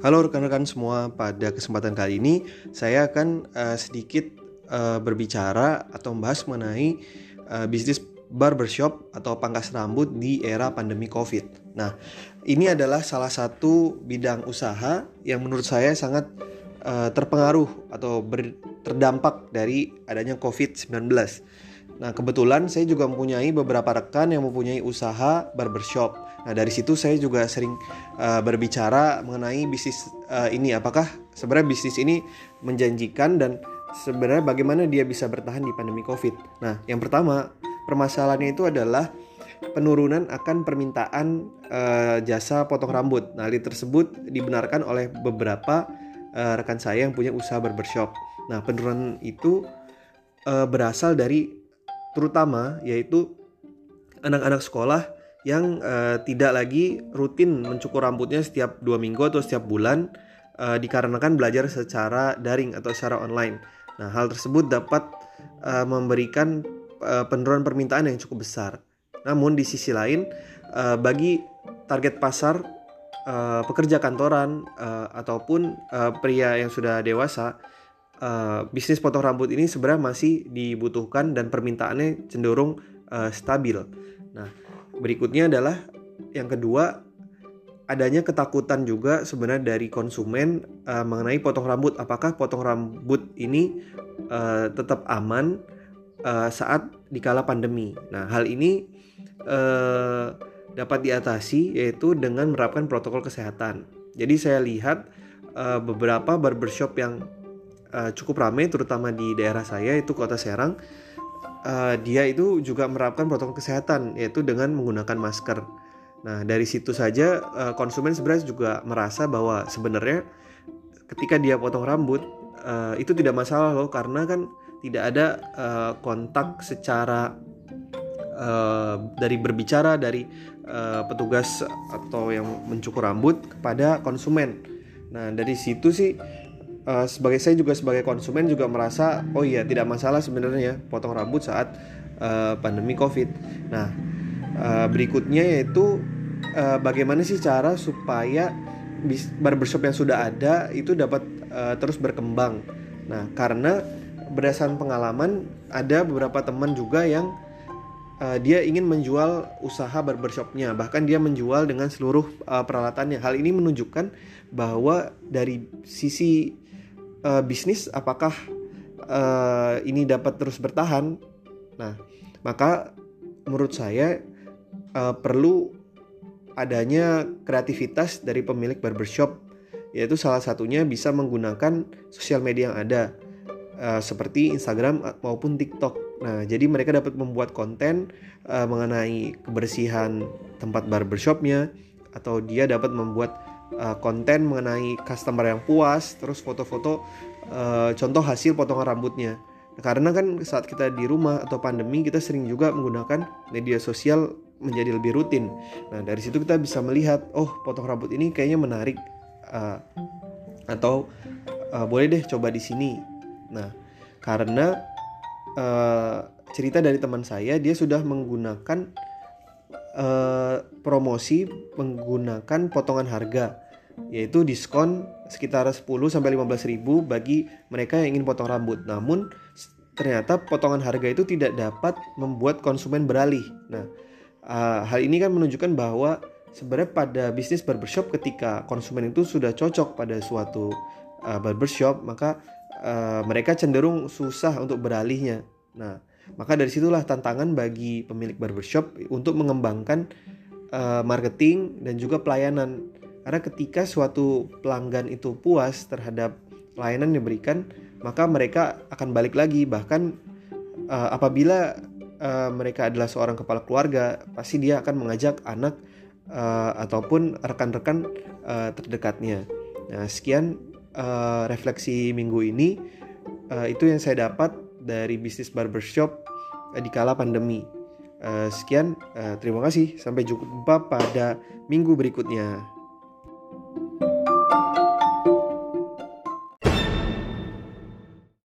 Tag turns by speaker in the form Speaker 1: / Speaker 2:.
Speaker 1: Halo rekan-rekan semua, pada kesempatan kali ini saya akan sedikit berbicara atau membahas mengenai bisnis barbershop atau pangkas rambut di era pandemi COVID. Nah, ini adalah salah satu bidang usaha yang menurut saya sangat terpengaruh atau terdampak dari adanya COVID-19. Nah, kebetulan saya juga mempunyai beberapa rekan yang mempunyai usaha barbershop. Nah, dari situ saya juga sering berbicara mengenai bisnis ini. Apakah sebenarnya bisnis ini menjanjikan dan sebenarnya bagaimana dia bisa bertahan di pandemi COVID. Nah, yang pertama, permasalahannya itu adalah penurunan akan permintaan jasa potong rambut. Nah, hal tersebut dibenarkan oleh beberapa rekan saya yang punya usaha barbershop. Nah, penurunan itu berasal dari terutama yaitu anak-anak sekolah yang tidak lagi rutin mencukur rambutnya setiap 2 minggu atau setiap bulan dikarenakan belajar secara daring atau secara online. Nah, hal tersebut dapat memberikan penurunan permintaan yang cukup besar. Namun di sisi lain bagi target pasar pekerja kantoran ataupun pria yang sudah dewasa, bisnis potong rambut ini sebenarnya masih dibutuhkan dan permintaannya cenderung stabil. Nah, berikutnya adalah yang kedua, adanya ketakutan juga sebenarnya dari konsumen mengenai potong rambut. Apakah potong rambut ini tetap aman saat dikala pandemi? Nah, hal ini dapat diatasi yaitu dengan menerapkan protokol kesehatan. Jadi saya lihat beberapa barbershop yang cukup ramai terutama di daerah saya itu Kota Serang, dia itu juga menerapkan protokol kesehatan yaitu dengan menggunakan masker. Nah, dari situ saja konsumen sebenarnya juga merasa bahwa sebenarnya ketika dia potong rambut itu tidak masalah loh, karena kan tidak ada kontak secara dari berbicara dari petugas atau yang mencukur rambut kepada konsumen. Nah, dari situ sih saya juga sebagai konsumen juga merasa oh iya, tidak masalah sebenarnya potong rambut saat pandemi COVID. Nah, berikutnya yaitu bagaimana sih cara supaya barbershop yang sudah ada itu dapat terus berkembang. Nah, karena berdasarkan pengalaman ada beberapa teman juga yang dia ingin menjual usaha barbershopnya, bahkan dia menjual dengan seluruh peralatannya. Hal ini menunjukkan bahwa dari sisi bisnis apakah ini dapat terus bertahan. Nah, maka menurut saya perlu adanya kreativitas dari pemilik barbershop, yaitu salah satunya bisa menggunakan sosial media yang ada seperti Instagram maupun TikTok. Nah, jadi mereka dapat membuat konten mengenai kebersihan tempat barbershopnya, atau dia dapat membuat konten mengenai customer yang puas, terus foto-foto contoh hasil potongan rambutnya. Karena kan saat kita di rumah atau pandemi, kita sering juga menggunakan media sosial menjadi lebih rutin. Nah, dari situ kita bisa melihat, oh potong rambut ini kayaknya menarik, atau boleh deh coba di sini. Nah, karena cerita dari teman saya, dia sudah menggunakan promosi menggunakan potongan harga, yaitu diskon sekitar 10-15 ribu bagi mereka yang ingin potong rambut. Namun ternyata potongan harga itu tidak dapat membuat konsumen beralih. Nah, hal ini kan menunjukkan bahwa sebenarnya pada bisnis barbershop, ketika konsumen itu sudah cocok pada suatu barbershop, maka mereka cenderung susah untuk beralihnya. Nah, maka dari situlah tantangan bagi pemilik barbershop untuk mengembangkan marketing dan juga pelayanan. Karena ketika suatu pelanggan itu puas terhadap pelayanan yang diberikan, maka mereka akan balik lagi. Bahkan apabila mereka adalah seorang kepala keluarga, pasti dia akan mengajak anak ataupun rekan-rekan terdekatnya. Nah, sekian refleksi minggu ini. Itu yang saya dapat dari bisnis barbershop di kala pandemi. Sekian, terima kasih. Sampai jumpa pada minggu berikutnya.